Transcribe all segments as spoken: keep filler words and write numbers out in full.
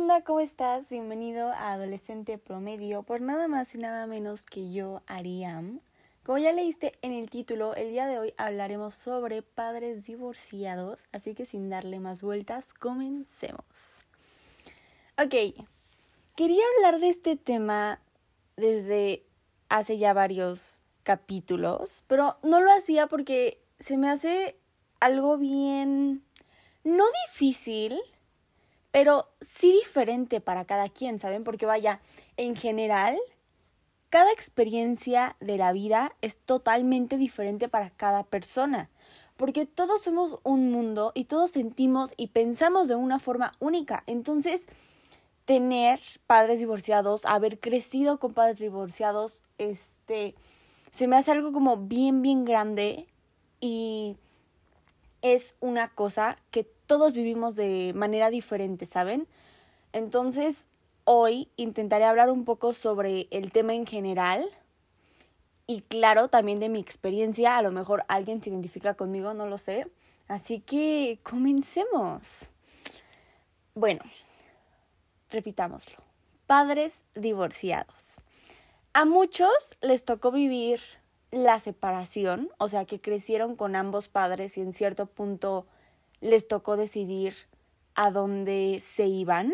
onda? ¿Cómo estás? Bienvenido a Adolescente Promedio por nada más y nada menos que yo, Ariam. Como ya leíste en el título, el día de hoy hablaremos sobre padres divorciados, así que sin darle más vueltas, comencemos. Ok, quería hablar de este tema desde hace ya varios capítulos, pero no lo hacía porque se me hace algo bien, no difícil, pero sí diferente para cada quien, ¿saben? Porque vaya, en general, cada experiencia de la vida es totalmente diferente para cada persona. Porque todos somos un mundo y todos sentimos y pensamos de una forma única. Entonces, tener padres divorciados, haber crecido con padres divorciados, este, se me hace algo como bien, bien grande y es una cosa que todos vivimos de manera diferente, ¿saben? Entonces, hoy intentaré hablar un poco sobre el tema en general y claro, también de mi experiencia. A lo mejor alguien se identifica conmigo, no lo sé. Así que comencemos. Bueno, repitámoslo. Padres divorciados. A muchos les tocó vivir la separación, o sea, que crecieron con ambos padres y en cierto punto les tocó decidir a dónde se iban.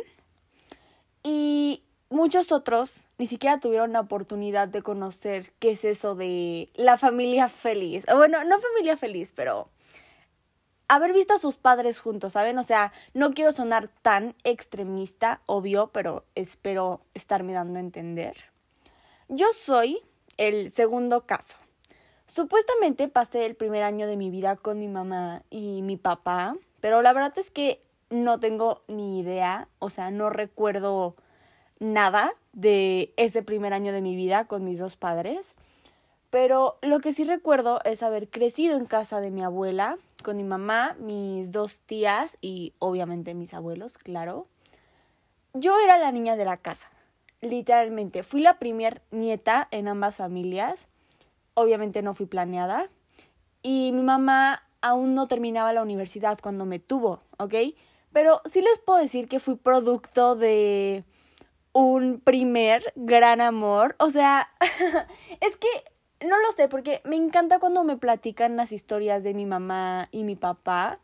Y muchos otros ni siquiera tuvieron la oportunidad de conocer qué es eso de la familia feliz. Bueno, no familia feliz, pero haber visto a sus padres juntos, ¿saben? O sea, no quiero sonar tan extremista, obvio, pero espero estarme dando a entender. Yo soy el segundo caso. Supuestamente pasé el primer año de mi vida con mi mamá y mi papá, pero la verdad es que no tengo ni idea, o sea, no recuerdo nada de ese primer año de mi vida con mis dos padres, pero lo que sí recuerdo es haber crecido en casa de mi abuela, con mi mamá, mis dos tías y obviamente mis abuelos, claro. Yo era la niña de la casa, literalmente, fui la primer nieta en ambas familias. Obviamente no fui planeada. Y mi mamá aún no terminaba la universidad cuando me tuvo, ¿ok? Pero sí les puedo decir que fui producto de un primer gran amor. O sea, es que no lo sé, porque me encanta cuando me platican las historias de mi mamá y mi papá.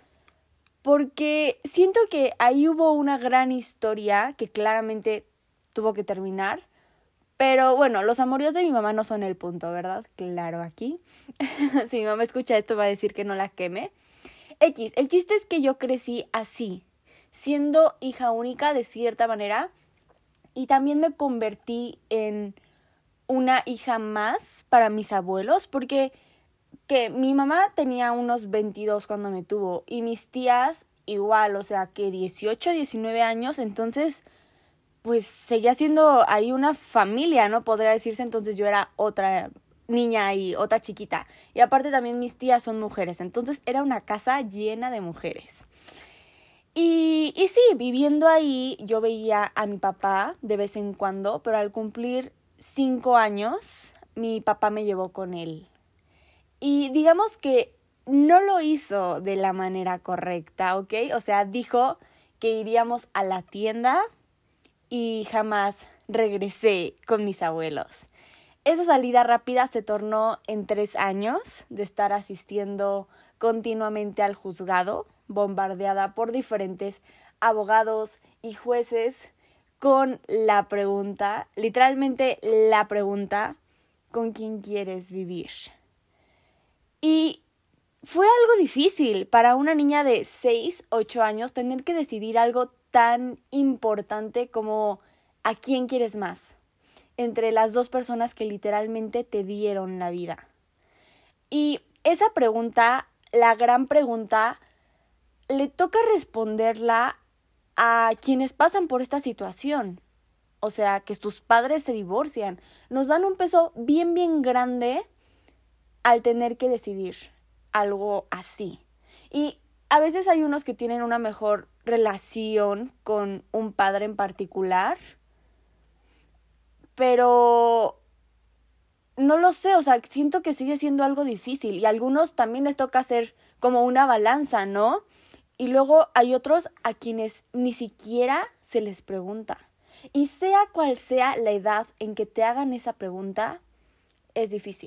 Porque siento que ahí hubo una gran historia que claramente tuvo que terminar. Pero bueno, los amoríos de mi mamá no son el punto, ¿verdad? Claro, aquí. Si mi mamá escucha esto va a decir que no la queme. X, el chiste es que yo crecí así, siendo hija única de cierta manera. Y también me convertí en una hija más para mis abuelos. Porque que mi mamá tenía unos veintidós cuando me tuvo. Y mis tías igual, o sea que dieciocho, diecinueve años. Entonces pues seguía siendo ahí una familia, ¿no? Podría decirse. Entonces yo era otra niña ahí, otra chiquita. Y aparte también mis tías son mujeres. Entonces era una casa llena de mujeres. Y, y sí, viviendo ahí yo veía a mi papá de vez en cuando. Pero al cumplir cinco años, mi papá me llevó con él. Y digamos que no lo hizo de la manera correcta, ¿ok? O sea, dijo que iríamos a la tienda y jamás regresé con mis abuelos. Esa salida rápida se tornó en tres años de estar asistiendo continuamente al juzgado, bombardeada por diferentes abogados y jueces con la pregunta, literalmente la pregunta, ¿con quién quieres vivir? Y fue algo difícil para una niña de seis, ocho años tener que decidir algo tan importante como ¿a quién quieres más? Entre las dos personas que literalmente te dieron la vida. Y esa pregunta, la gran pregunta, le toca responderla a quienes pasan por esta situación. O sea, que tus padres se divorcian. Nos dan un peso bien, bien grande al tener que decidir algo así. Y a veces hay unos que tienen una mejor relación con un padre en particular, pero no lo sé, o sea, siento que sigue siendo algo difícil y a algunos también les toca hacer como una balanza, ¿no? Y luego hay otros a quienes ni siquiera se les pregunta. Y sea cual sea la edad en que te hagan esa pregunta, es difícil.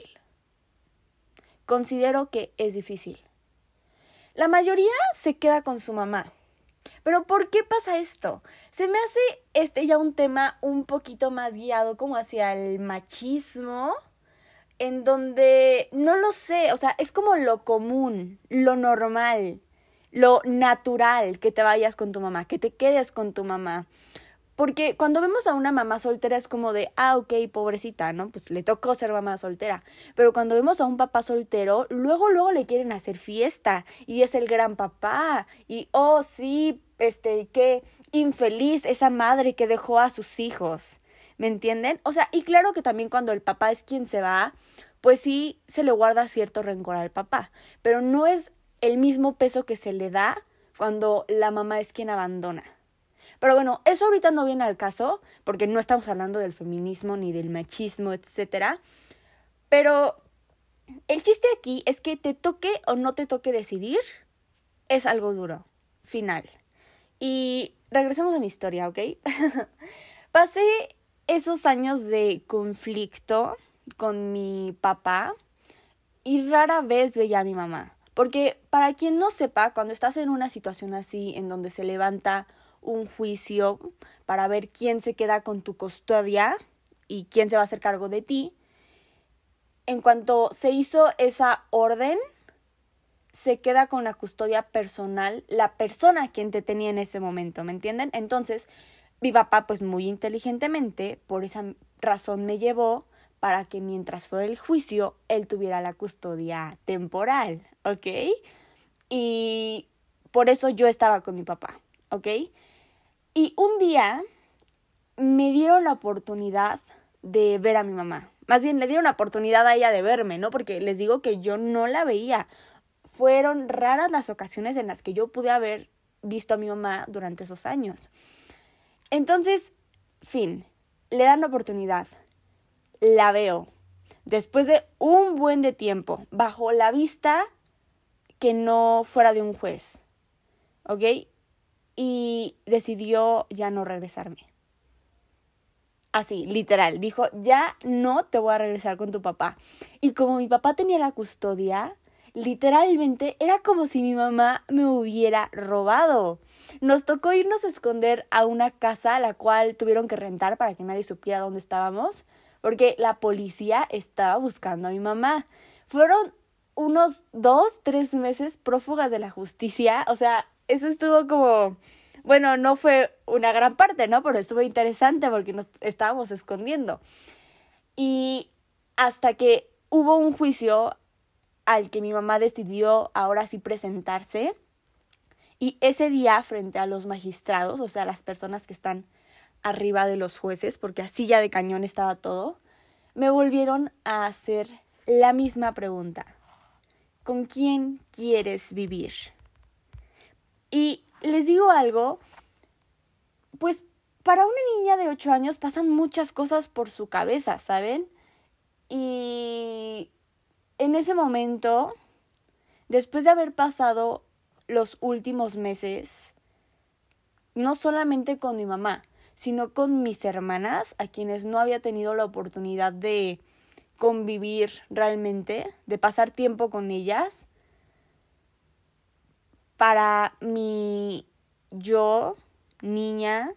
Considero que es difícil. La mayoría se queda con su mamá. Pero ¿por qué pasa esto? Se me hace este ya un tema un poquito más guiado como hacia el machismo, en donde no lo sé, o sea, es como lo común, lo normal, lo natural que te vayas con tu mamá, que te quedes con tu mamá. Porque cuando vemos a una mamá soltera es como de, ah, ok, pobrecita, ¿no? Pues le tocó ser mamá soltera. Pero cuando vemos a un papá soltero, luego, luego le quieren hacer fiesta. Y es el gran papá. Y, oh, sí, este, qué infeliz esa madre que dejó a sus hijos. ¿Me entienden? O sea, y claro que también cuando el papá es quien se va, pues sí se le guarda cierto rencor al papá. Pero no es el mismo peso que se le da cuando la mamá es quien abandona. Pero bueno, eso ahorita no viene al caso, porque no estamos hablando del feminismo ni del machismo, etcétera. Pero el chiste aquí es que te toque o no te toque decidir, es algo duro. Final. Y regresemos a mi historia, ¿ok? Pasé esos años de conflicto con mi papá y rara vez veía a mi mamá. Porque para quien no sepa, cuando estás en una situación así, en donde se levanta un juicio para ver quién se queda con tu custodia y quién se va a hacer cargo de ti, en cuanto se hizo esa orden, se queda con la custodia personal la persona quien te tenía en ese momento, ¿me entienden? Entonces, mi papá, pues muy inteligentemente, por esa razón me llevó para que mientras fuera el juicio, él tuviera la custodia temporal, ¿ok? Y por eso yo estaba con mi papá, ¿ok? Y un día me dieron la oportunidad de ver a mi mamá. Más bien, le dieron la oportunidad a ella de verme, ¿no? Porque les digo que yo no la veía. Fueron raras las ocasiones en las que yo pude haber visto a mi mamá durante esos años. Entonces, fin, le dan la oportunidad. La veo. Después de un buen de tiempo, bajo la vista que no fuera de un juez, ¿ok? Y decidió ya no regresarme. Así, literal, dijo, ya no te voy a regresar con tu papá. Y como mi papá tenía la custodia, literalmente era como si mi mamá me hubiera robado. Nos tocó irnos a esconder a una casa, la cual tuvieron que rentar para que nadie supiera dónde estábamos, porque la policía estaba buscando a mi mamá. Fueron unos dos, tres meses prófugas de la justicia, o sea, eso estuvo como, bueno, no fue una gran parte, ¿no? Pero estuvo interesante porque nos estábamos escondiendo. Y hasta que hubo un juicio al que mi mamá decidió ahora sí presentarse. Y ese día, frente a los magistrados, o sea, las personas que están arriba de los jueces, porque así ya de cañón estaba todo, me volvieron a hacer la misma pregunta. ¿Con quién quieres vivir? Y les digo algo, pues para una niña de ocho años pasan muchas cosas por su cabeza, ¿saben? Y en ese momento, después de haber pasado los últimos meses, no solamente con mi mamá, sino con mis hermanas, a quienes no había tenido la oportunidad de convivir realmente, de pasar tiempo con ellas, para mi yo, niña,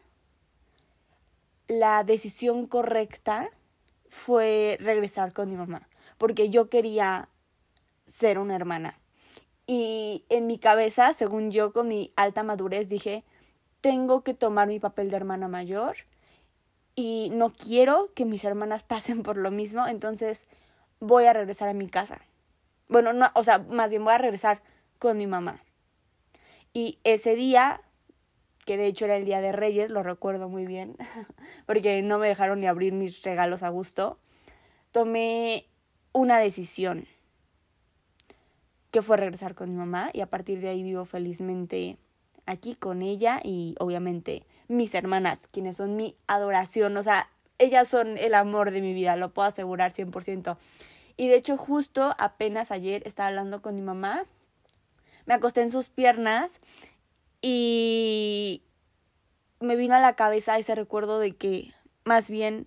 la decisión correcta fue regresar con mi mamá, porque yo quería ser una hermana. Y en mi cabeza, según yo, con mi alta madurez, dije, tengo que tomar mi papel de hermana mayor y no quiero que mis hermanas pasen por lo mismo, entonces voy a regresar a mi casa. Bueno, no, o sea, más bien voy a regresar con mi mamá. Y ese día, que de hecho era el Día de Reyes, lo recuerdo muy bien, porque no me dejaron ni abrir mis regalos a gusto, tomé una decisión, que fue regresar con mi mamá, y a partir de ahí vivo felizmente aquí con ella y obviamente mis hermanas, quienes son mi adoración, o sea, ellas son el amor de mi vida, lo puedo asegurar cien por ciento. Y de hecho justo apenas ayer estaba hablando con mi mamá, me acosté en sus piernas Y me vino a la cabeza ese recuerdo de que más bien,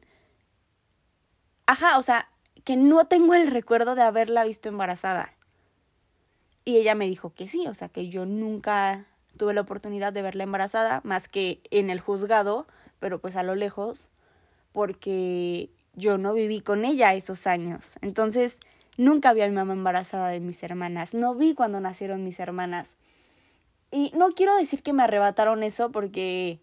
ajá, o sea, que no tengo el recuerdo de haberla visto embarazada. Y ella me dijo que sí, o sea, que yo nunca tuve la oportunidad de verla embarazada, más que en el juzgado, pero pues a lo lejos, porque yo no viví con ella esos años. Entonces, nunca vi a mi mamá embarazada de mis hermanas, no vi cuando nacieron mis hermanas. Y no quiero decir que me arrebataron eso porque,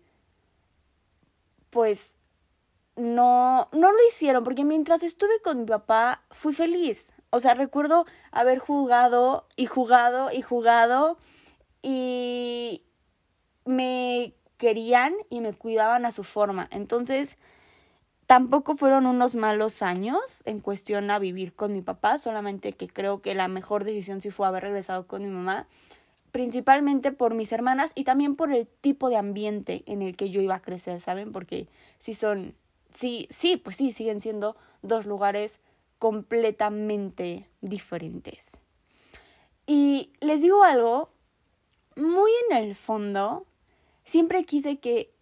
pues, no, no lo hicieron, porque mientras estuve con mi papá fui feliz. O sea, recuerdo haber jugado y jugado y jugado y me querían y me cuidaban a su forma. Entonces, tampoco fueron unos malos años en cuestión a vivir con mi papá, solamente que creo que la mejor decisión sí fue haber regresado con mi mamá, principalmente por mis hermanas y también por el tipo de ambiente en el que yo iba a crecer, ¿saben? Porque sí son, sí, sí, pues sí, siguen siendo dos lugares completamente diferentes. Y les digo algo, muy en el fondo, siempre quise que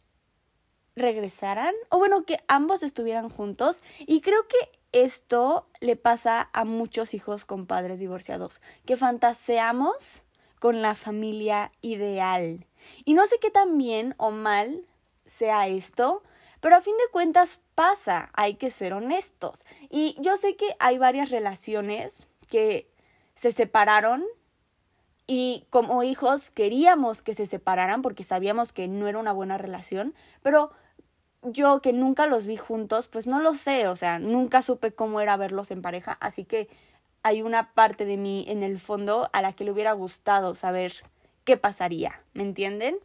regresaran, o bueno, que ambos estuvieran juntos, y creo que esto le pasa a muchos hijos con padres divorciados, que fantaseamos con la familia ideal. Y no sé qué tan bien o mal sea esto, pero a fin de cuentas pasa, hay que ser honestos. Y yo sé que hay varias relaciones que se separaron y como hijos queríamos que se separaran porque sabíamos que no era una buena relación, pero yo que nunca los vi juntos, pues no lo sé, o sea, nunca supe cómo era verlos en pareja, así que hay una parte de mí en el fondo a la que le hubiera gustado saber qué pasaría, ¿me entienden?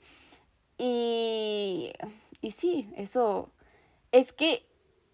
Y, y sí, eso es que,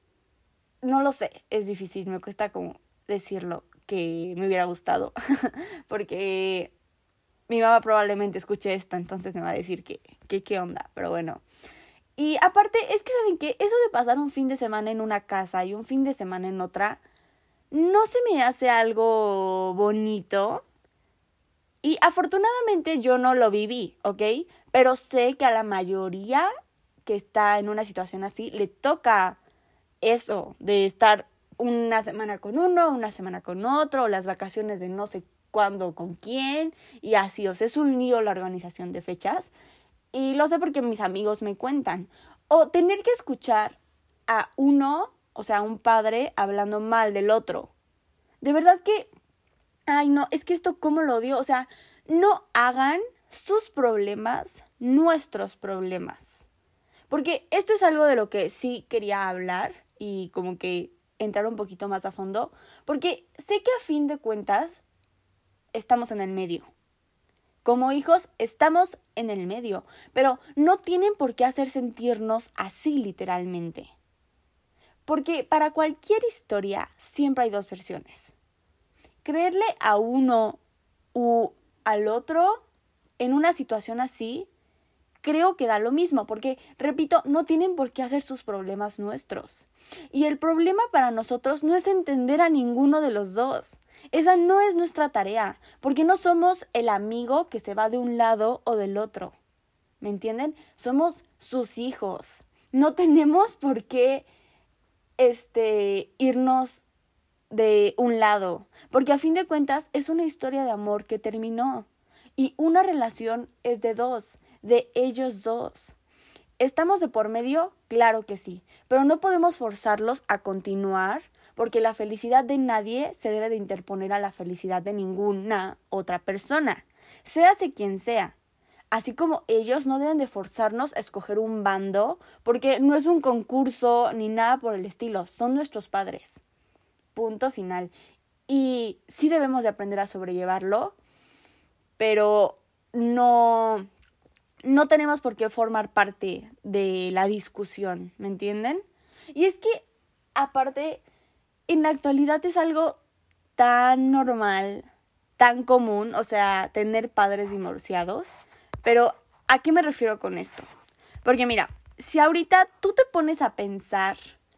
no lo sé, es difícil, me cuesta como decirlo que me hubiera gustado, porque mi mamá probablemente escuche esto, entonces me va a decir que, que qué onda, pero bueno. Y aparte, es que saben que eso de pasar un fin de semana en una casa y un fin de semana en otra, no se me hace algo bonito. Y afortunadamente yo no lo viví, ¿ok? Pero sé que a la mayoría que está en una situación así le toca eso de estar una semana con uno, una semana con otro, las vacaciones de no sé cuándo con quién y así, o sea, es un lío la organización de fechas. Y lo sé porque mis amigos me cuentan. O tener que escuchar a uno, o sea, un padre hablando mal del otro. De verdad que, ay no, es que esto cómo lo odio. O sea, no hagan sus problemas nuestros problemas. Porque esto es algo de lo que sí quería hablar y como que entrar un poquito más a fondo. Porque sé que a fin de cuentas estamos en el medio. Como hijos estamos en el medio, pero no tienen por qué hacer sentirnos así literalmente. Porque para cualquier historia siempre hay dos versiones. Creerle a uno u al otro en una situación así, creo que da lo mismo, porque, repito, no tienen por qué hacer sus problemas nuestros. Y el problema para nosotros no es entender a ninguno de los dos. Esa no es nuestra tarea, porque no somos el amigo que se va de un lado o del otro. ¿Me entienden? Somos sus hijos. No tenemos por qué este, irnos de un lado, porque a fin de cuentas es una historia de amor que terminó. Y una relación es de dos, de ellos dos. ¿Estamos de por medio? Claro que sí, pero no podemos forzarlos a continuar porque la felicidad de nadie se debe de interponer a la felicidad de ninguna otra persona, séase quien sea. Así como ellos no deben de forzarnos a escoger un bando porque no es un concurso ni nada por el estilo, son nuestros padres. Punto final. Y sí debemos de aprender a sobrellevarlo, pero no, no tenemos por qué formar parte de la discusión, ¿me entienden? Y es que, aparte, en la actualidad es algo tan normal, tan común, o sea, tener padres divorciados. Pero, ¿a qué me refiero con esto? Porque mira, si ahorita tú te pones a pensar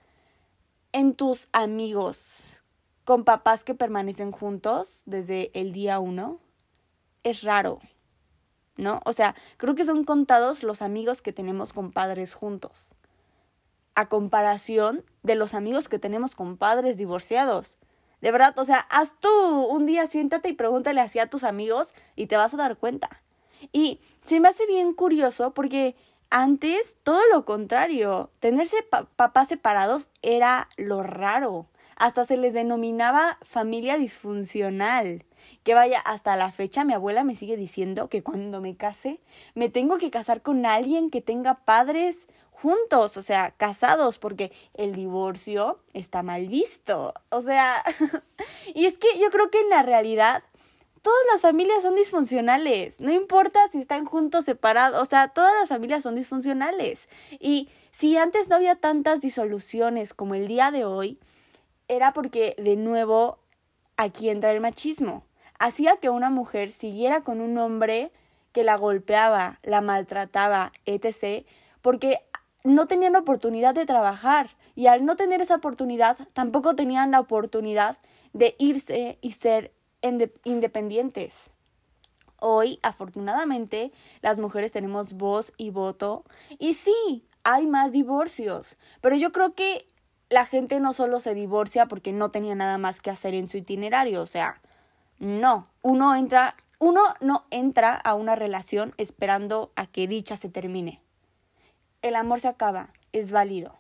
en tus amigos con papás que permanecen juntos desde el día uno, es raro. ¿no? O sea, creo que son contados los amigos que tenemos con padres juntos, a comparación de los amigos que tenemos con padres divorciados. De verdad, o sea, haz tú un día, siéntate y pregúntale así a tus amigos y te vas a dar cuenta. Y se me hace bien curioso porque antes todo lo contrario, tenerse pa- papás separados era lo raro. Hasta se les denominaba familia disfuncional. Que vaya, hasta la fecha mi abuela me sigue diciendo que cuando me case me tengo que casar con alguien que tenga padres juntos, o sea, casados, porque el divorcio está mal visto. O sea, y es que yo creo que en la realidad todas las familias son disfuncionales, no importa si están juntos, separados, o sea, todas las familias son disfuncionales. Y si antes no había tantas disoluciones como el día de hoy, era porque, de nuevo, aquí entra el machismo. Hacía que una mujer siguiera con un hombre que la golpeaba, la maltrataba, etcétera, porque no tenían la oportunidad de trabajar. Y al no tener esa oportunidad, tampoco tenían la oportunidad de irse y ser independientes. Hoy, afortunadamente, las mujeres tenemos voz y voto. Y sí, hay más divorcios. Pero yo creo que la gente no solo se divorcia porque no tenía nada más que hacer en su itinerario. O sea, no. Uno entra, uno no entra a una relación esperando a que dicha se termine. El amor se acaba, es válido.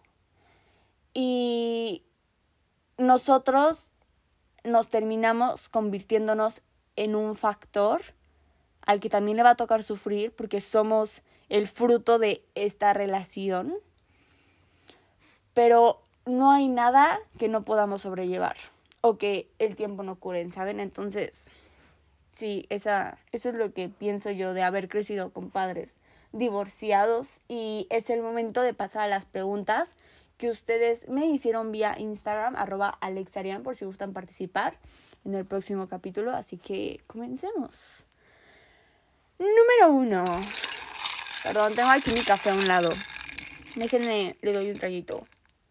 Y nosotros nos terminamos convirtiéndonos en un factor al que también le va a tocar sufrir porque somos el fruto de esta relación. Pero no hay nada que no podamos sobrellevar o que el tiempo no cure, ¿saben? Entonces, sí, esa, eso es lo que pienso yo de haber crecido con padres divorciados. Y es el momento de pasar a las preguntas que ustedes me hicieron vía Instagram, arroba alexarian, por si gustan participar en el próximo capítulo. Así que comencemos. Número uno. Perdón, tengo aquí mi café a un lado. Déjenme, le doy un traguito.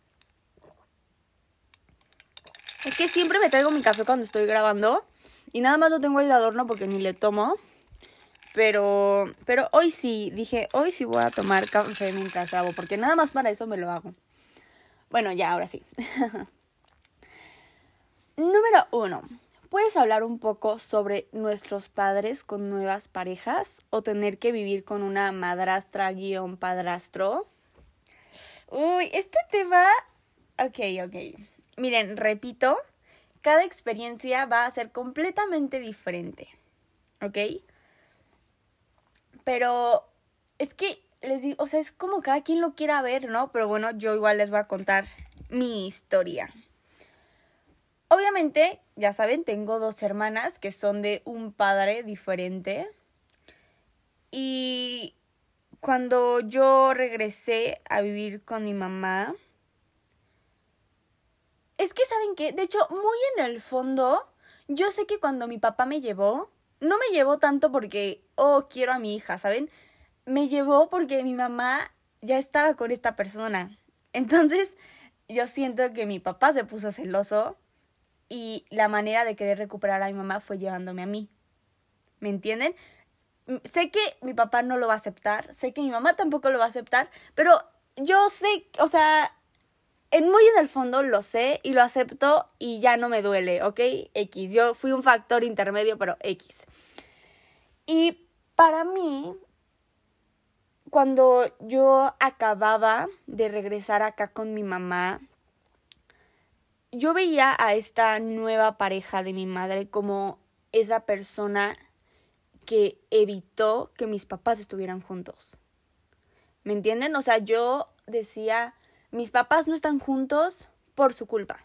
Es que siempre me traigo mi café cuando estoy grabando y nada más lo tengo ahí de adorno porque ni le tomo. Pero, pero hoy sí, dije, hoy sí voy a tomar café mientras grabo porque nada más para eso me lo hago. Bueno, ya, ahora sí. Número uno. ¿Puedes hablar un poco sobre nuestros padres con nuevas parejas o tener que vivir con una madrastra guión padrastro? Uy, este tema... Ok, ok. Miren, repito, cada experiencia va a ser completamente diferente, ¿ok? Pero es que les digo, o sea, es como cada quien lo quiera ver, ¿no? Pero bueno, yo igual les voy a contar mi historia. Obviamente, ya saben, tengo dos hermanas que son de un padre diferente. Y cuando yo regresé a vivir con mi mamá, es que, ¿saben qué? De hecho, muy en el fondo, yo sé que cuando mi papá me llevó, no me llevó tanto porque, oh, quiero a mi hija, ¿saben? Me llevó porque mi mamá ya estaba con esta persona. Entonces, yo siento que mi papá se puso celoso y la manera de querer recuperar a mi mamá fue llevándome a mí. ¿Me entienden? Sé que mi papá no lo va a aceptar, sé que mi mamá tampoco lo va a aceptar, pero yo sé, o sea... En muy en el fondo lo sé y lo acepto y ya no me duele, ¿ok? X. Yo fui un factor intermedio, pero X. Y para mí, cuando yo acababa de regresar acá con mi mamá, yo veía a esta nueva pareja de mi madre como esa persona que evitó que mis papás estuvieran juntos. ¿Me entienden? O sea, yo decía... Mis papás no están juntos por su culpa.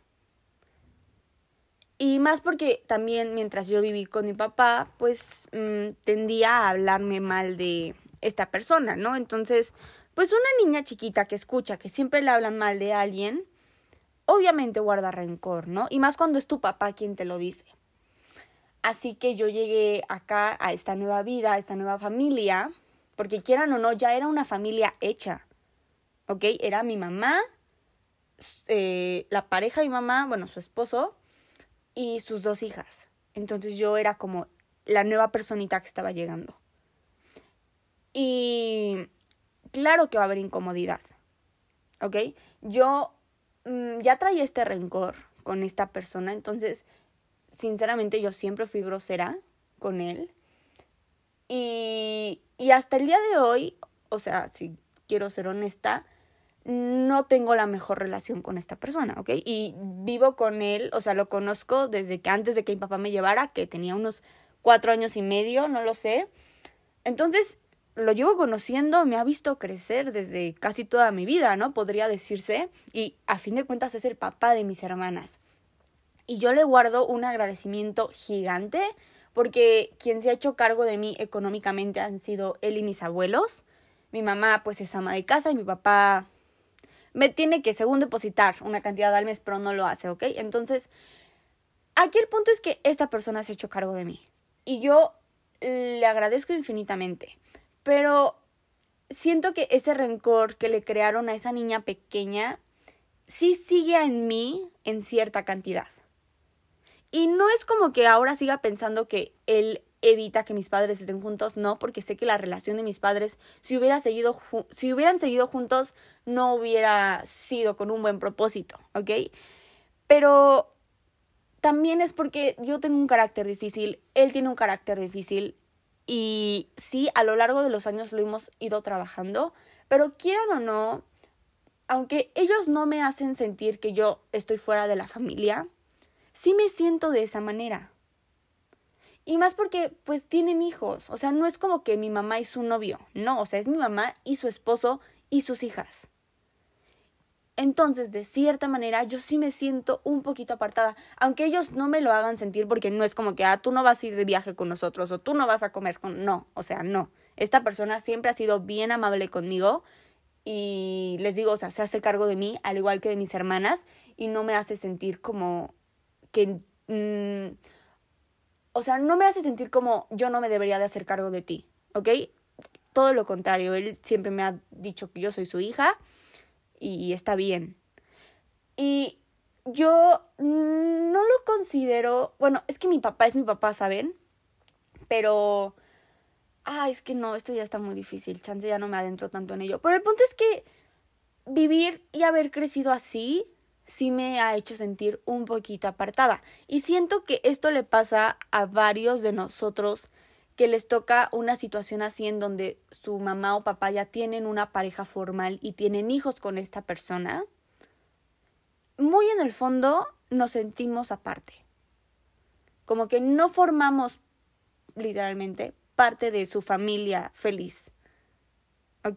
Y más porque también mientras yo viví con mi papá, pues mmm, tendía a hablarme mal de esta persona, ¿no? Entonces, pues una niña chiquita que escucha que siempre le hablan mal de alguien, obviamente guarda rencor, ¿no? Y más cuando es tu papá quien te lo dice. Así que yo llegué acá a esta nueva vida, a esta nueva familia, porque quieran o no, ya era una familia hecha. ¿Ok? Era mi mamá, eh, la pareja de mi mamá, bueno, su esposo, y sus dos hijas. Entonces yo era como la nueva personita que estaba llegando. Y claro que va a haber incomodidad, ¿ok? Yo mmm, ya traía este rencor con esta persona, entonces, sinceramente, yo siempre fui grosera con él. Y, y hasta el día de hoy, o sea, si quiero ser honesta, no tengo la mejor relación con esta persona, ¿ok? Y vivo con él, o sea, lo conozco desde que antes de que mi papá me llevara, que tenía unos cuatro años y medio, no lo sé. Entonces, lo llevo conociendo, me ha visto crecer desde casi toda mi vida, ¿no? Podría decirse. Y a fin de cuentas es el papá de mis hermanas. Y yo le guardo un agradecimiento gigante porque quien se ha hecho cargo de mí económicamente han sido él y mis abuelos. Mi mamá pues es ama de casa y mi papá me tiene que según depositar una cantidad al mes, pero no lo hace, ¿ok? Entonces, aquí el punto es que esta persona se ha hecho cargo de mí. Y yo le agradezco infinitamente. Pero siento que ese rencor que le crearon a esa niña pequeña sí sigue en mí en cierta cantidad. Y no es como que ahora siga pensando que él evita que mis padres estén juntos, no, porque sé que la relación de mis padres, si hubiera seguido, si hubieran seguido juntos, no hubiera sido con un buen propósito, ¿ok? Pero también es porque yo tengo un carácter difícil, él tiene un carácter difícil, y sí, a lo largo de los años lo hemos ido trabajando, pero quieran o no, aunque ellos no me hacen sentir que yo estoy fuera de la familia, sí me siento de esa manera. Y más porque, pues, tienen hijos. O sea, no es como que mi mamá y su novio. No, o sea, es mi mamá y su esposo y sus hijas. Entonces, de cierta manera, yo sí me siento un poquito apartada. Aunque ellos no me lo hagan sentir porque no es como que, ah, tú no vas a ir de viaje con nosotros o tú no vas a comer con... No, o sea, no. Esta persona siempre ha sido bien amable conmigo y les digo, o sea, se hace cargo de mí, al igual que de mis hermanas, y no me hace sentir como que... Mmm, o sea, no me hace sentir como yo no me debería de hacer cargo de ti, ¿ok? Todo lo contrario, él siempre me ha dicho que yo soy su hija y está bien. Y yo no lo considero... Bueno, es que mi papá es mi papá, ¿saben? Pero... Ah, es que no, esto ya está muy difícil. Chance ya no me adentro tanto en ello. Pero el punto es que vivir y haber crecido así sí me ha hecho sentir un poquito apartada. Y siento que esto le pasa a varios de nosotros que les toca una situación así en donde su mamá o papá ya tienen una pareja formal y tienen hijos con esta persona. Muy en el fondo nos sentimos aparte. Como que no formamos literalmente parte de su familia feliz. ¿Ok?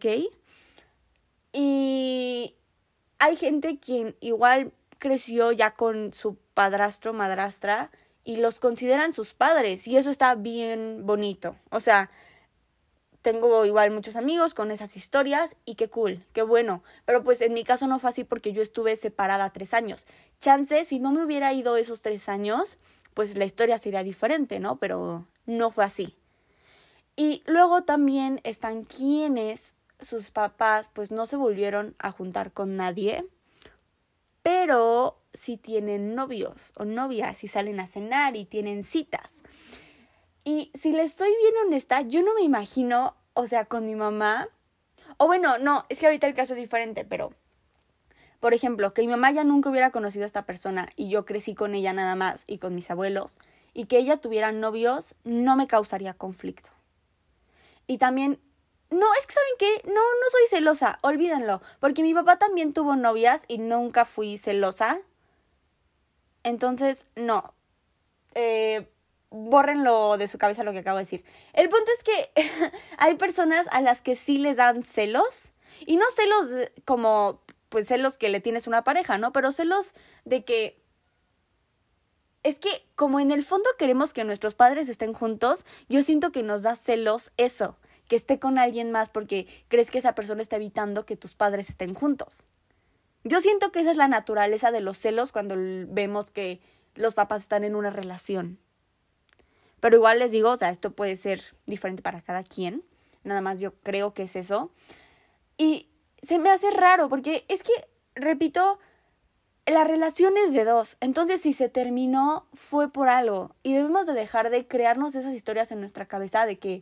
Y hay gente quien igual creció ya con su padrastro, madrastra, y los consideran sus padres, y eso está bien bonito. O sea, tengo igual muchos amigos con esas historias, y qué cool, qué bueno. Pero pues en mi caso no fue así porque yo estuve separada tres años. Chance, si no me hubiera ido esos tres años, pues la historia sería diferente, ¿no? Pero no fue así. Y luego también están quienes... sus papás pues no se volvieron a juntar con nadie, pero sí tienen novios o novias y salen a cenar y tienen citas. Y si les estoy bien honesta, yo no me imagino, o sea, con mi mamá, o bueno, no, es que ahorita el caso es diferente, pero, por ejemplo, que mi mamá ya nunca hubiera conocido a esta persona y yo crecí con ella nada más y con mis abuelos, y que ella tuviera novios, no me causaría conflicto. Y también... No, es que ¿saben qué? No, no soy celosa, olvídenlo. Porque mi papá también tuvo novias y nunca fui celosa. Entonces, no. Eh, bórrenlo de su cabeza lo que acabo de decir. El punto es que hay personas a las que sí les dan celos. Y no celos como, pues celos que le tienes una pareja, ¿no? Pero celos de que... Es que como en el fondo queremos que nuestros padres estén juntos, yo siento que nos da celos eso. Que esté con alguien más porque crees que esa persona está evitando que tus padres estén juntos. Yo siento que esa es la naturaleza de los celos cuando vemos que los papás están en una relación. Pero igual les digo, o sea, esto puede ser diferente para cada quien. Nada más yo creo que es eso. Y se me hace raro porque es que, repito, la relación es de dos. Entonces, si se terminó, fue por algo. Y debemos de dejar de crearnos esas historias en nuestra cabeza de que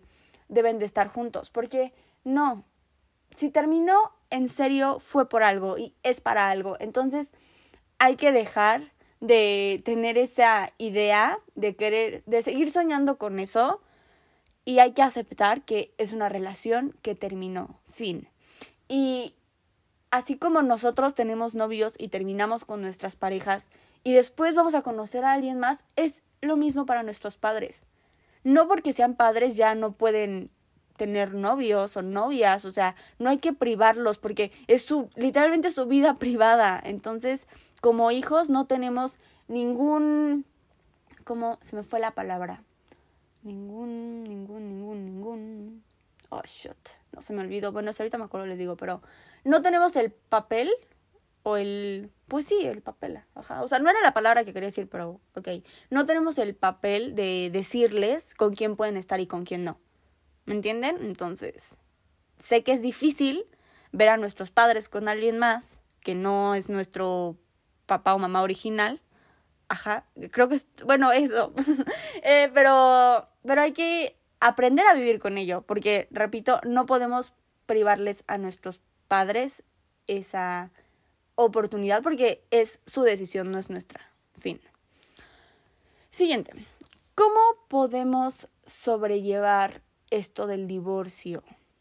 deben de estar juntos, porque no, si terminó en serio fue por algo y es para algo, entonces hay que dejar de tener esa idea de querer, de seguir soñando con eso y hay que aceptar que es una relación que terminó, fin. Y así como nosotros tenemos novios y terminamos con nuestras parejas y después vamos a conocer a alguien más, es lo mismo para nuestros padres. No porque sean padres ya no pueden tener novios o novias, o sea, no hay que privarlos porque es su, literalmente su vida privada. Entonces, como hijos no tenemos ningún, ¿cómo se me fue la palabra? Ningún, ningún, ningún, ningún, oh, shit, no se me olvidó, bueno, si ahorita me acuerdo les digo, pero no tenemos el papel o el, pues sí, el papel, ajá, o sea, no era la palabra que quería decir, pero ok, no tenemos el papel de decirles con quién pueden estar y con quién no. ¿Me entienden? Entonces, sé que es difícil ver a nuestros padres con alguien más que no es nuestro papá o mamá original. Ajá, creo que es, bueno, eso. eh, pero, pero hay que aprender a vivir con ello, porque, repito, no podemos privarles a nuestros padres esa oportunidad porque es su decisión, no es nuestra. Fin. Siguiente. ¿Cómo podemos sobrellevar esto del divorcio?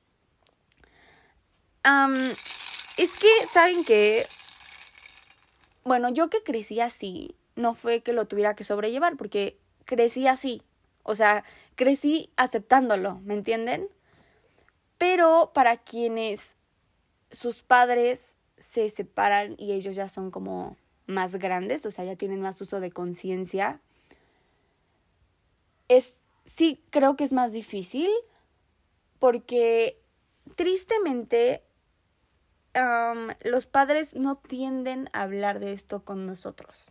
Um, es que, ¿saben qué? Bueno, yo que crecí así, no fue que lo tuviera que sobrellevar, porque crecí así. O sea, crecí aceptándolo, ¿me entienden? Pero para quienes sus padres se separan y ellos ya son como más grandes, o sea, ya tienen más uso de conciencia, es, sí creo que es más difícil, porque tristemente um, los padres no tienden a hablar de esto con nosotros.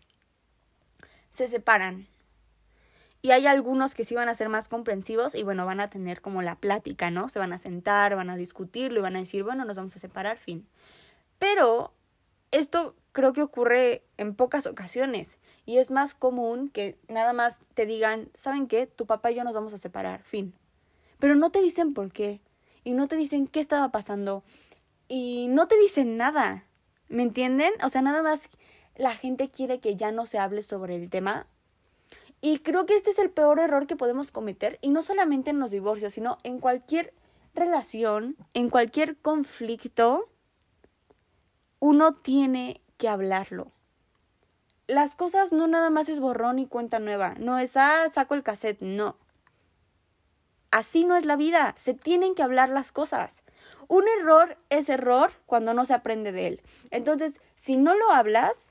Se separan. Y hay algunos que sí van a ser más comprensivos y bueno, van a tener como la plática, ¿no? Se van a sentar, van a discutirlo y van a decir, bueno, nos vamos a separar, fin. Pero esto creo que ocurre en pocas ocasiones y es más común que nada más te digan, ¿saben qué? Tu papá y yo nos vamos a separar, fin. Pero no te dicen por qué y no te dicen qué estaba pasando y no te dicen nada, ¿me entienden? O sea, nada más la gente quiere que ya no se hable sobre el tema. Y creo que este es el peor error que podemos cometer, y no solamente en los divorcios, sino en cualquier relación, en cualquier conflicto, uno tiene que hablarlo. Las cosas no nada más es borrón y cuenta nueva, no es, ah, saco el cassette, no. Así no es la vida, se tienen que hablar las cosas. Un error es error cuando no se aprende de él. Entonces, si no lo hablas,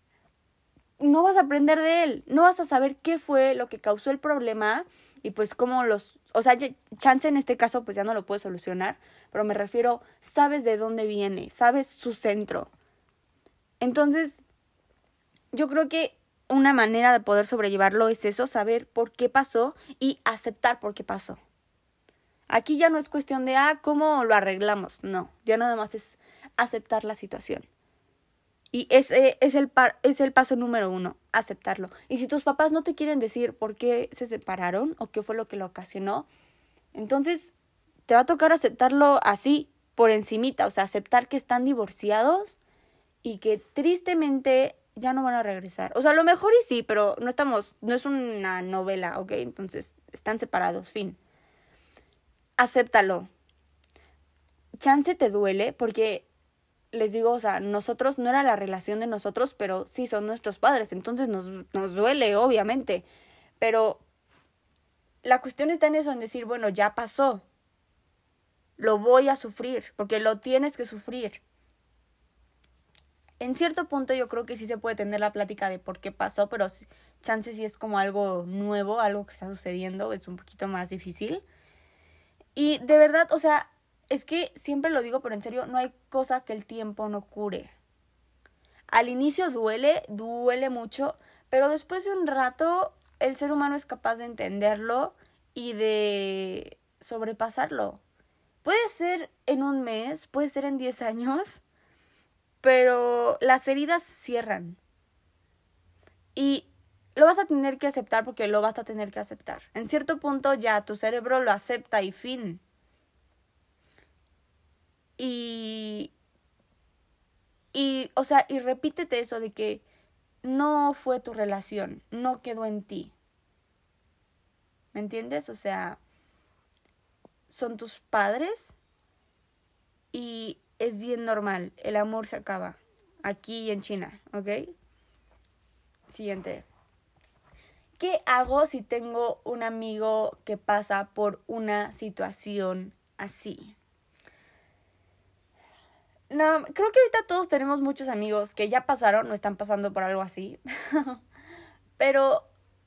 no vas a aprender de él, no vas a saber qué fue lo que causó el problema y pues cómo los, o sea, chance en este caso pues ya no lo puedes solucionar, pero me refiero, sabes de dónde viene, sabes su centro. Entonces, yo creo que una manera de poder sobrellevarlo es eso, saber por qué pasó y aceptar por qué pasó. Aquí ya no es cuestión de, ah, ¿cómo lo arreglamos? No, ya nada más es aceptar la situación. Y ese es el, par, es el paso número uno, aceptarlo. Y si tus papás no te quieren decir por qué se separaron o qué fue lo que lo ocasionó, entonces te va a tocar aceptarlo así, por encimita. O sea, aceptar que están divorciados y que tristemente ya no van a regresar. O sea, a lo mejor y sí, pero no estamos, no es una novela, ¿ok? Entonces están separados, fin. Acéptalo. Chance te duele porque les digo, o sea, nosotros, no era la relación de nosotros, pero sí son nuestros padres, entonces nos, nos duele, obviamente. Pero la cuestión está en eso, en decir, bueno, ya pasó. Lo voy a sufrir, porque lo tienes que sufrir. En cierto punto yo creo que sí se puede tener la plática de por qué pasó, pero chance si es como algo nuevo, algo que está sucediendo, es un poquito más difícil. Y de verdad, o sea, es que siempre lo digo, pero en serio, no hay cosa que el tiempo no cure. Al inicio duele, duele mucho, pero después de un rato el ser humano es capaz de entenderlo y de sobrepasarlo. Puede ser en un mes, puede ser en diez años, pero las heridas cierran. Y lo vas a tener que aceptar porque lo vas a tener que aceptar. En cierto punto ya tu cerebro lo acepta y fin. Y, y, o sea, y repítete eso de que no fue tu relación, no quedó en ti. ¿Me entiendes? O sea, son tus padres y es bien normal. El amor se acaba aquí en China, ¿ok? Siguiente. ¿Qué hago si tengo un amigo que pasa por una situación así? No, creo que ahorita todos tenemos muchos amigos que ya pasaron o están pasando por algo así. Pero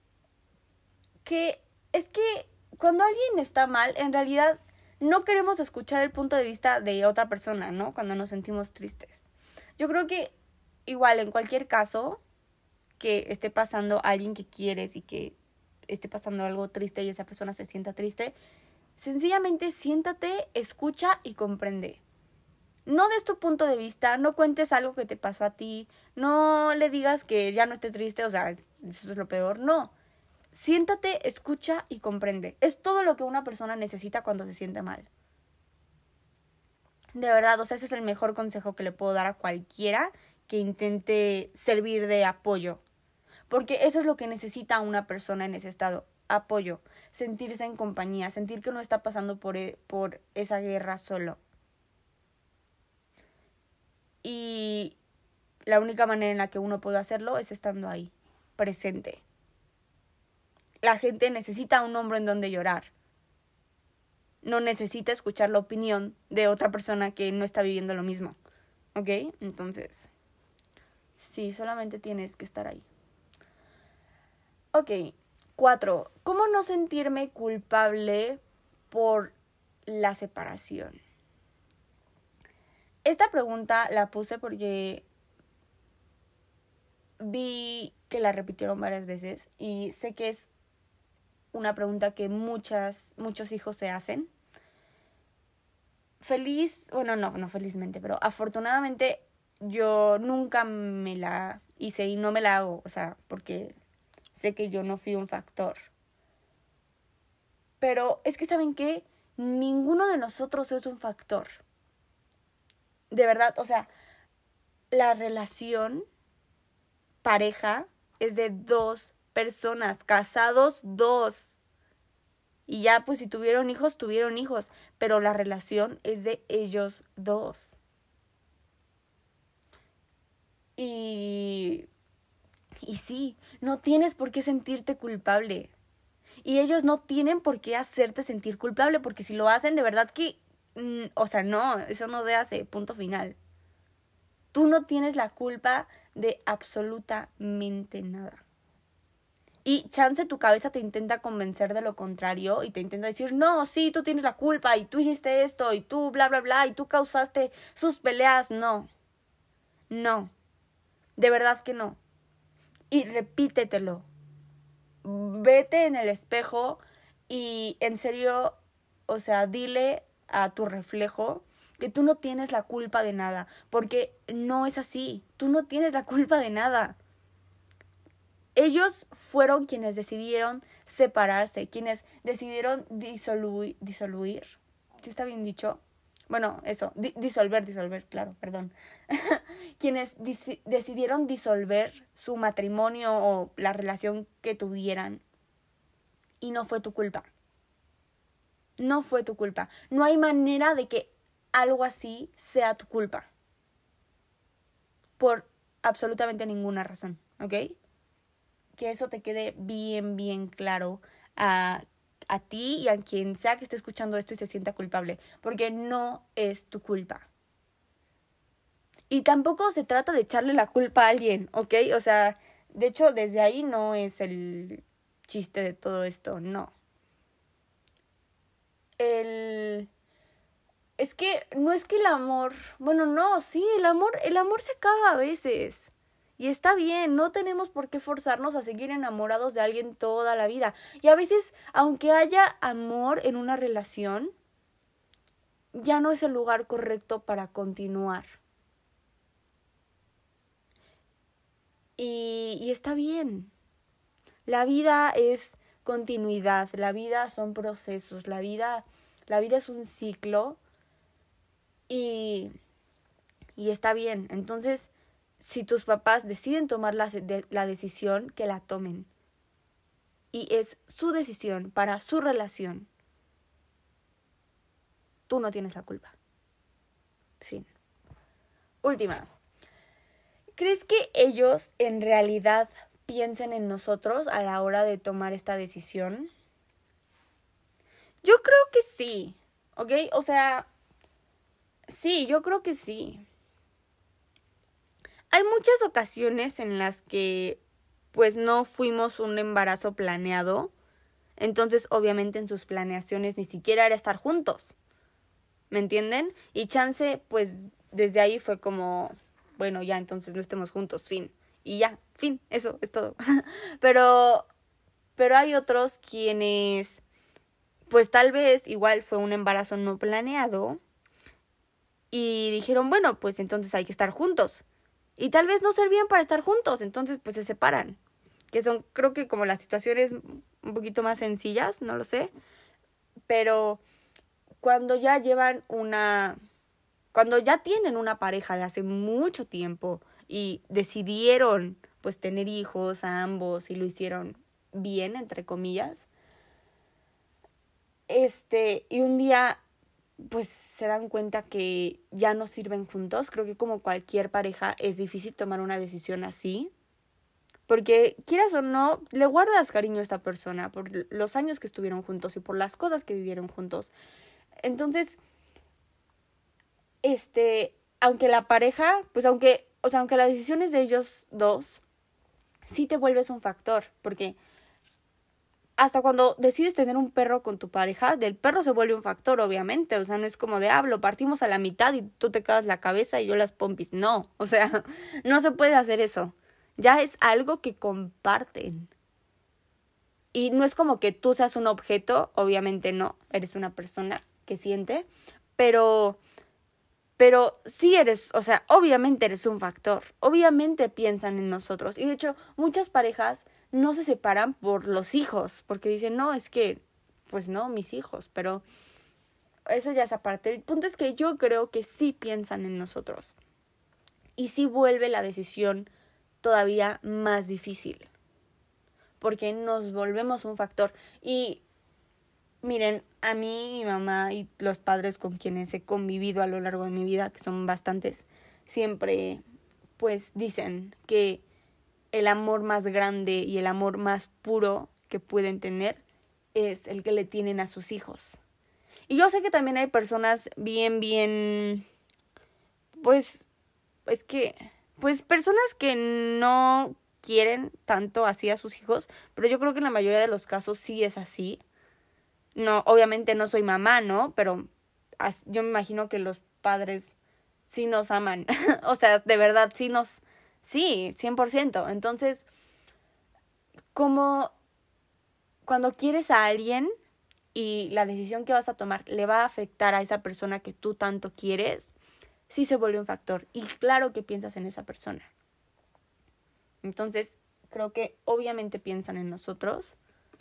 que es que cuando alguien está mal, en realidad no queremos escuchar el punto de vista de otra persona, ¿no? Cuando nos sentimos tristes. Yo creo que igual en cualquier caso que esté pasando alguien que quieres y que esté pasando algo triste y esa persona se sienta triste, sencillamente siéntate, escucha y comprende. No des tu punto de vista, no cuentes algo que te pasó a ti, no le digas que ya no esté triste, o sea, eso es lo peor, no. Siéntate, escucha y comprende. Es todo lo que una persona necesita cuando se siente mal. De verdad, o sea, ese es el mejor consejo que le puedo dar a cualquiera que intente servir de apoyo. Porque eso es lo que necesita una persona en ese estado. Apoyo, sentirse en compañía, sentir que no está pasando por, por esa guerra solo. Y la única manera en la que uno puede hacerlo es estando ahí, presente. La gente necesita un hombro en donde llorar. No necesita escuchar la opinión de otra persona que no está viviendo lo mismo. ¿Ok? Entonces, sí, solamente tienes que estar ahí. Ok, cuatro. ¿Cómo no sentirme culpable por la separación? Esta pregunta la puse porque vi que la repitieron varias veces y sé que es una pregunta que muchas, muchos hijos se hacen. Feliz, bueno, no, no felizmente, pero afortunadamente yo nunca me la hice y no me la hago, o sea, porque sé que yo no fui un factor. Pero es que, ¿saben qué? Ninguno de nosotros es un factor. De verdad, o sea, la relación pareja es de dos personas, casados dos. Y ya, pues si tuvieron hijos, tuvieron hijos. Pero la relación es de ellos dos. Y... Y sí, no tienes por qué sentirte culpable. Y ellos no tienen por qué hacerte sentir culpable, porque si lo hacen, de verdad que... Mm, o sea, no, eso no se hace, punto final. Tú no tienes la culpa de absolutamente nada. Y chance tu cabeza te intenta convencer de lo contrario y te intenta decir, no, sí, tú tienes la culpa y tú hiciste esto y tú bla, bla, bla y tú causaste sus peleas. No, no, de verdad que no. Y repítetelo. Vete en el espejo y en serio, o sea, dile a tu reflejo que tú no tienes la culpa de nada, porque no es así. Tú no tienes la culpa de nada. Ellos fueron quienes decidieron separarse, quienes decidieron disoluir, disoluir, ¿sí está bien dicho? Bueno, eso, di- disolver, disolver, claro, perdón. Quienes dis- decidieron disolver su matrimonio o la relación que tuvieran. Y no fue tu culpa. No fue tu culpa. No hay manera de que algo así sea tu culpa. Por absolutamente ninguna razón, ¿ok? Que eso te quede bien, bien claro a, a ti y a quien sea que esté escuchando esto y se sienta culpable, porque no es tu culpa. Y tampoco se trata de echarle la culpa a alguien, ¿ok? O sea, de hecho, desde ahí no es el chiste de todo esto, no. El... Es que no es que el amor... Bueno, no, sí, el amor, el amor se acaba a veces. Y está bien, no tenemos por qué forzarnos a seguir enamorados de alguien toda la vida. Y a veces, aunque haya amor en una relación, ya no es el lugar correcto para continuar. Y, y está bien. la vida es continuidad, la vida son procesos, la vida, la vida es un ciclo y, y está bien. Entonces, si tus papás deciden tomar la, de, la decisión, que la tomen. Y es su decisión para su relación. Tú no tienes la culpa. Fin. Última. ¿Crees que ellos en realidad piensen en nosotros a la hora de tomar esta decisión? Yo creo que sí, ¿ok? O sea, sí, yo creo que sí. Hay muchas ocasiones en las que pues no fuimos un embarazo planeado. Entonces, obviamente, en sus planeaciones ni siquiera era estar juntos. ¿Me entienden? Y chance, pues, desde ahí fue como, bueno, ya, entonces no estemos juntos, fin. Y ya, fin, eso es todo. pero, pero hay otros quienes, pues, tal vez igual fue un embarazo no planeado. Y dijeron, bueno, pues, entonces hay que estar juntos. Y tal vez no servían para estar juntos, entonces, pues, se separan. Que son, creo que como las situaciones un poquito más sencillas, no lo sé. Pero cuando ya llevan una, cuando ya tienen una pareja de hace mucho tiempo y decidieron pues tener hijos a ambos y lo hicieron bien, entre comillas, este, y un día pues se dan cuenta que ya no sirven juntos. Creo que como cualquier pareja es difícil tomar una decisión así. Porque, quieras o no, le guardas cariño a esta persona por los años que estuvieron juntos y por las cosas que vivieron juntos. Entonces, este, aunque la pareja, pues aunque, o sea, aunque la decisión es de ellos dos, sí te vuelves un factor. Porque hasta cuando decides tener un perro con tu pareja, del perro se vuelve un factor, obviamente. O sea, no es como de, ah, lo partimos a la mitad y tú te quedas la cabeza y yo las pompis. No, o sea, no se puede hacer eso. Ya es algo que comparten. Y no es como que tú seas un objeto, obviamente no, eres una persona que siente, pero, pero sí eres, o sea, obviamente eres un factor, obviamente piensan en nosotros. Y de hecho, muchas parejas no se separan por los hijos, porque dicen, no, es que, pues no, mis hijos, pero eso ya es aparte. El punto es que yo creo que sí piensan en nosotros. Y sí vuelve la decisión todavía más difícil, porque nos volvemos un factor. Y miren, a mí, mi mamá y los padres con quienes he convivido a lo largo de mi vida, que son bastantes, siempre pues dicen que el amor más grande y el amor más puro que pueden tener es el que le tienen a sus hijos. Y yo sé que también hay personas bien, bien, pues, es que Pues personas que no quieren tanto así a sus hijos, pero yo creo que en la mayoría de los casos sí es así. No, obviamente no soy mamá, ¿no? Pero yo me imagino que los padres sí nos aman. O sea, de verdad, sí nos... Sí, cien por ciento. Entonces, como cuando quieres a alguien y la decisión que vas a tomar le va a afectar a esa persona que tú tanto quieres, sí se vuelve un factor. Y claro que piensas en esa persona. Entonces, creo que obviamente piensan en nosotros.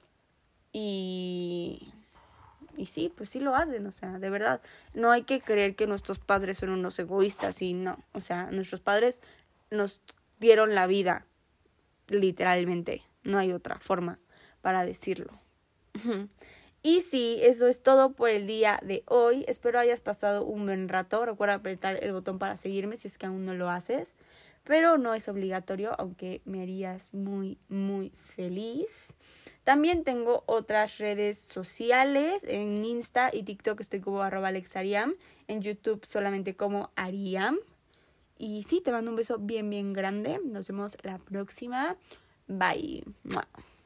Y... Y sí, pues sí lo hacen. O sea, de verdad. No hay que creer que nuestros padres son unos egoístas. Y no. O sea, nuestros padres nos dieron la vida. Literalmente. No hay otra forma para decirlo. Y sí, eso es todo por el día de hoy. Espero hayas pasado un buen rato. Recuerda apretar el botón para seguirme si es que aún no lo haces. Pero no es obligatorio, aunque me harías muy, muy feliz. También tengo otras redes sociales. En Insta y TikTok estoy como arroba alexariam. En YouTube solamente como Ariam. Y sí, te mando un beso bien, bien grande. Nos vemos la próxima. Bye.